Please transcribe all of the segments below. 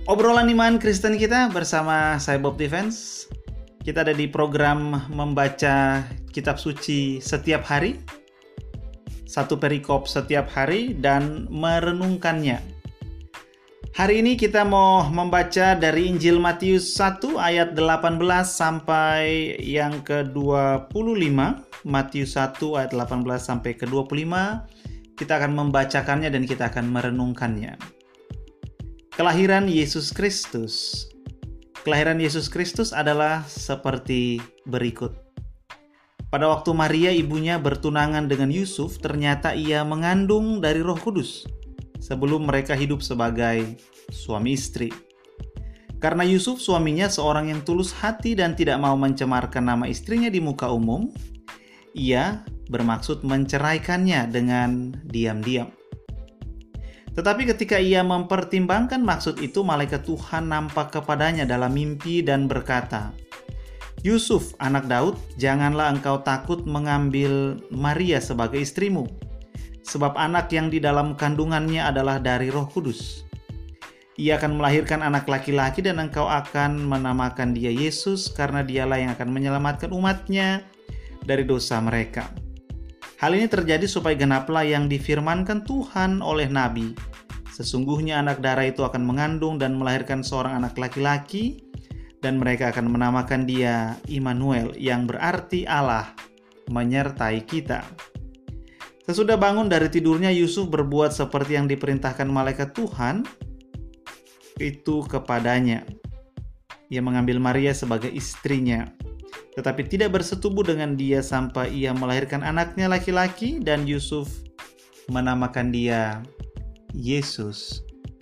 Obrolan iman Kristen kita bersama saya Bob Defense. Kita ada di program membaca kitab suci setiap hari, satu perikop setiap hari dan merenungkannya. Hari ini kita mau membaca dari Injil Matius 1 ayat 18 sampai yang ke-25. Matius 1 ayat 18 sampai ke-25. Kita akan membacakannya dan kita akan merenungkannya. Kelahiran Yesus Kristus. Kelahiran Yesus Kristus adalah seperti berikut. Pada waktu Maria ibunya bertunangan dengan Yusuf, ternyata ia mengandung dari Roh Kudus sebelum mereka hidup sebagai suami istri. Karena Yusuf suaminya seorang yang tulus hati dan tidak mau mencemarkan nama istrinya di muka umum, ia bermaksud menceraikannya dengan diam-diam. Tetapi ketika ia mempertimbangkan maksud itu, malaikat Tuhan nampak kepadanya dalam mimpi dan berkata, "Yusuf, anak Daud, janganlah engkau takut mengambil Maria sebagai istrimu, sebab anak yang di dalam kandungannya adalah dari Roh Kudus. Ia akan melahirkan anak laki-laki dan engkau akan menamakan dia Yesus, karena dialah yang akan menyelamatkan umatnya dari dosa mereka." Hal ini terjadi supaya genaplah yang difirmankan Tuhan oleh Nabi. Sesungguhnya anak darah itu akan mengandung dan melahirkan seorang anak laki-laki, dan mereka akan menamakan dia Immanuel, yang berarti Allah menyertai kita. Sesudah bangun dari tidurnya, Yusuf berbuat seperti yang diperintahkan malaikat Tuhan itu kepadanya. Ia mengambil Maria sebagai istrinya, tetapi tidak bersetubuh dengan dia sampai ia melahirkan anaknya laki-laki, dan Yusuf menamakan dia Yesus.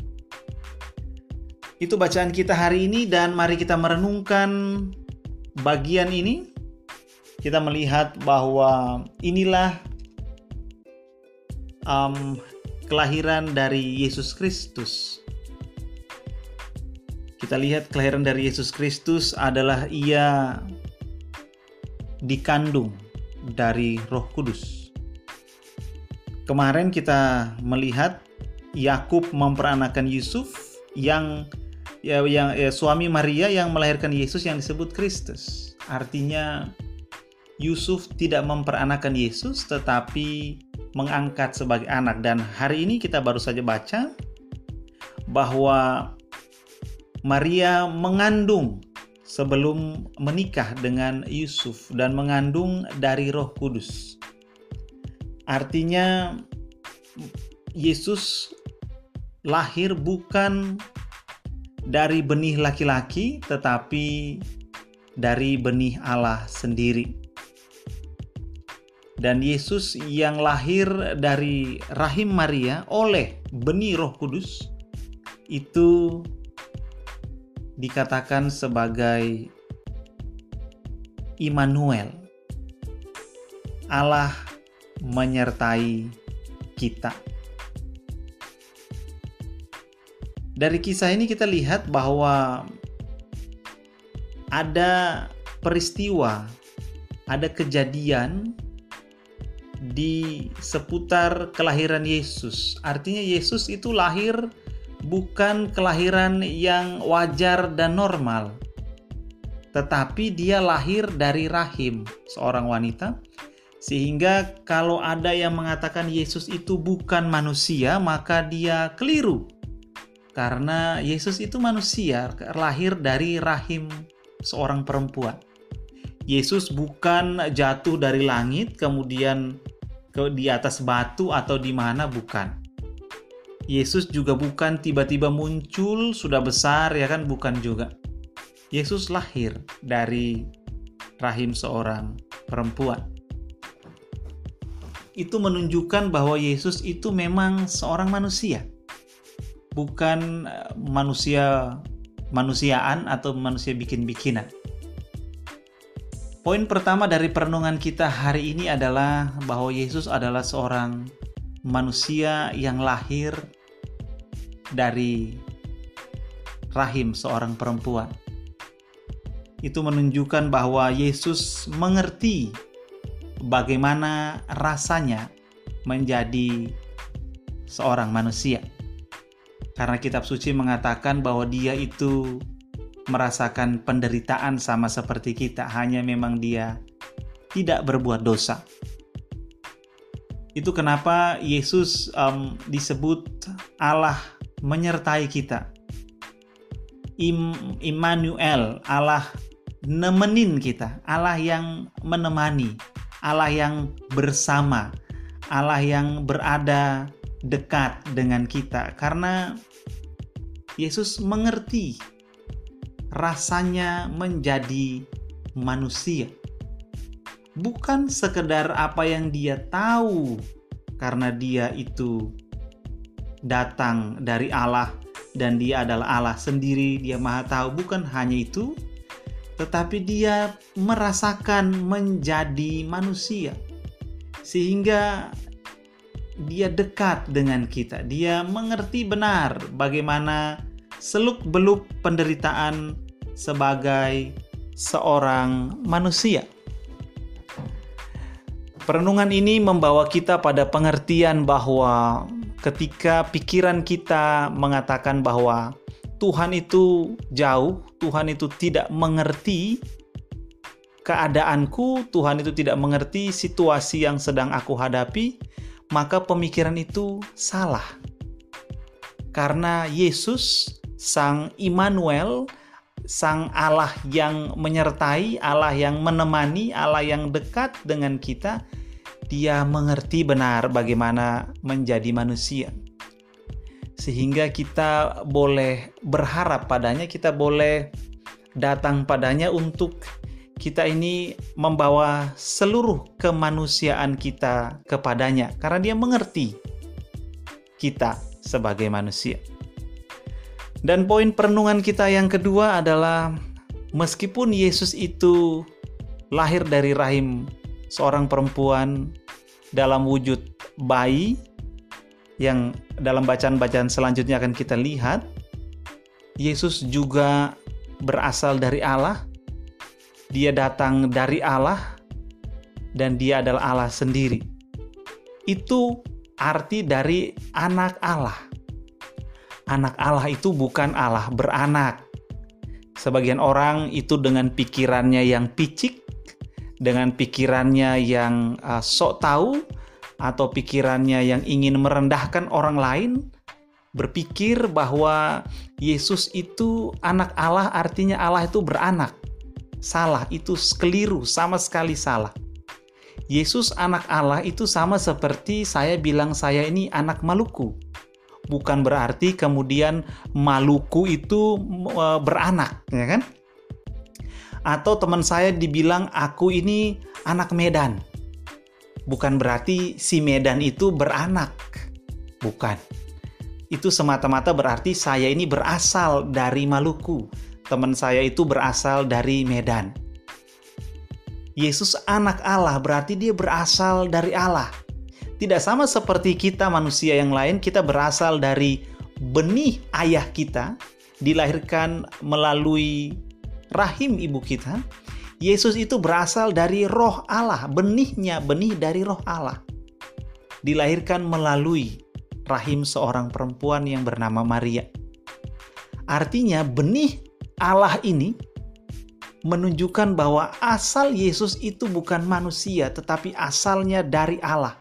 Itu bacaan kita hari ini, dan mari kita merenungkan bagian ini. Kita melihat bahwa inilah kelahiran dari Yesus Kristus. Kita lihat kelahiran dari Yesus Kristus adalah ia dikandung dari Roh Kudus. Kemarin kita melihat Yakub memperanakan Yusuf yang suami Maria yang melahirkan Yesus yang disebut Kristus. Artinya Yusuf tidak memperanakan Yesus tetapi mengangkat sebagai anak. Dan hari ini kita baru saja baca bahwa Maria mengandung sebelum menikah dengan Yusuf dan mengandung dari Roh Kudus. Artinya Yesus lahir bukan dari benih laki-laki tetapi dari benih Allah sendiri. Dan Yesus yang lahir dari rahim Maria oleh benih Roh Kudus itu dikatakan sebagai Immanuel, Allah menyertai kita. Dari kisah ini kita lihat bahwa ada peristiwa, ada kejadian di seputar kelahiran Yesus. Artinya Yesus itu lahir bukan kelahiran yang wajar dan normal, tetapi dia lahir dari rahim seorang wanita. Sehingga kalau ada yang mengatakan Yesus itu bukan manusia, maka dia keliru. Karena Yesus itu manusia, lahir dari rahim seorang perempuan. Yesus bukan jatuh dari langit kemudian di atas batu atau di mana, bukan. Yesus juga bukan tiba-tiba muncul sudah besar, ya kan, bukan juga. Yesus lahir dari rahim seorang perempuan. Itu menunjukkan bahwa Yesus itu memang seorang manusia, bukan manusiaan atau manusia bikin-bikinan. Poin pertama dari perenungan kita hari ini adalah bahwa Yesus adalah seorang manusia yang lahir dari rahim seorang perempuan. Itu menunjukkan bahwa Yesus mengerti bagaimana rasanya menjadi seorang manusia. Karena kitab suci mengatakan bahwa dia itu merasakan penderitaan sama seperti kita, hanya memang dia tidak berbuat dosa. Itu kenapa Yesus disebut Allah menyertai kita. Immanuel, Allah nemenin kita, Allah yang menemani, Allah yang bersama, Allah yang berada dekat dengan kita. Karena Yesus mengerti rasanya menjadi manusia. Bukan sekedar apa yang dia tahu, karena dia itu datang dari Allah dan dia adalah Allah sendiri, dia maha tahu. Bukan hanya itu, tetapi dia merasakan menjadi manusia. Sehingga dia dekat dengan kita. Dia mengerti benar bagaimana seluk-beluk penderitaan sebagai seorang manusia. Perenungan ini membawa kita pada pengertian bahwa ketika pikiran kita mengatakan bahwa Tuhan itu jauh, Tuhan itu tidak mengerti keadaanku, Tuhan itu tidak mengerti situasi yang sedang aku hadapi, maka pemikiran itu salah. Karena Yesus, Sang Immanuel, Sang Allah yang menyertai, Allah yang menemani, Allah yang dekat dengan kita, dia mengerti benar bagaimana menjadi manusia. Sehingga kita boleh berharap padanya, kita boleh datang padanya untuk kita ini membawa seluruh kemanusiaan kita kepadanya. Karena dia mengerti kita sebagai manusia. Dan poin perenungan kita yang kedua adalah meskipun Yesus itu lahir dari rahim seorang perempuan dalam wujud bayi, yang dalam bacaan-bacaan selanjutnya akan kita lihat, Yesus juga berasal dari Allah, dia datang dari Allah, dan dia adalah Allah sendiri. Itu arti dari anak Allah. Anak Allah itu bukan Allah beranak. Sebagian orang itu dengan pikirannya yang picik, dengan pikirannya yang sok tahu, atau pikirannya yang ingin merendahkan orang lain, berpikir bahwa Yesus itu anak Allah, artinya Allah itu beranak. Salah, itu keliru, sama sekali salah. Yesus anak Allah itu sama seperti saya bilang saya ini anak Maluku. Bukan berarti kemudian Maluku itu beranak, ya kan? Atau teman saya dibilang aku ini anak Medan. Bukan berarti si Medan itu beranak. Bukan. Itu semata-mata berarti saya ini berasal dari Maluku. Teman saya itu berasal dari Medan. Yesus anak Allah berarti dia berasal dari Allah. Tidak sama seperti kita manusia yang lain, kita berasal dari benih ayah kita, dilahirkan melalui rahim ibu kita. Yesus itu berasal dari roh Allah, benihnya, benih dari roh Allah. Dilahirkan melalui rahim seorang perempuan yang bernama Maria. Artinya benih Allah ini menunjukkan bahwa asal Yesus itu bukan manusia, tetapi asalnya dari Allah.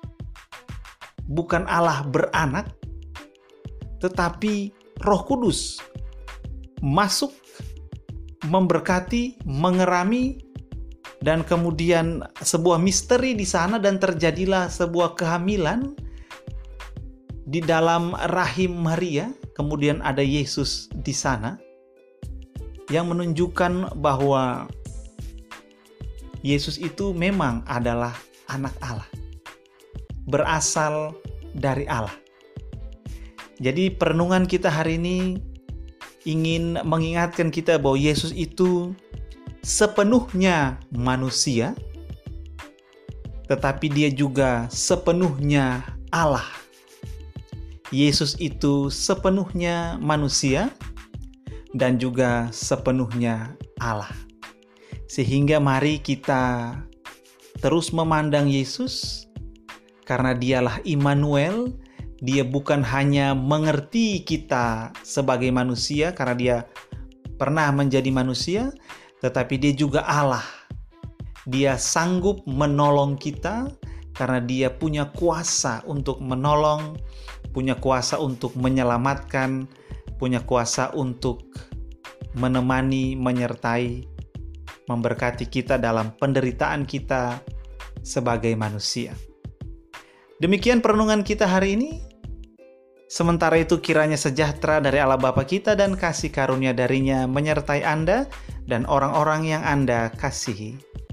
Bukan Allah beranak, tetapi Roh Kudus masuk, memberkati, mengerami, dan kemudian sebuah misteri di sana, dan terjadilah sebuah kehamilan di dalam rahim Maria. Kemudian ada Yesus di sana yang menunjukkan bahwa Yesus itu memang adalah anak Allah, berasal dari Allah. Jadi perenungan kita hari ini ingin mengingatkan kita bahwa Yesus itu sepenuhnya manusia, tetapi dia juga sepenuhnya Allah. Yesus itu sepenuhnya manusia dan juga sepenuhnya Allah. Sehingga mari kita terus memandang Yesus, karena dialah Immanuel, Dia bukan hanya mengerti kita sebagai manusia karena dia pernah menjadi manusia, tetapi dia juga Allah. Dia sanggup menolong kita karena dia punya kuasa untuk menolong, punya kuasa untuk menyelamatkan, punya kuasa untuk menemani, menyertai, memberkati kita dalam penderitaan kita sebagai manusia. Demikian perenungan kita hari ini. Sementara itu kiranya sejahtera dari Allah Bapa kita dan kasih karunia darinya menyertai Anda dan orang-orang yang Anda kasihi.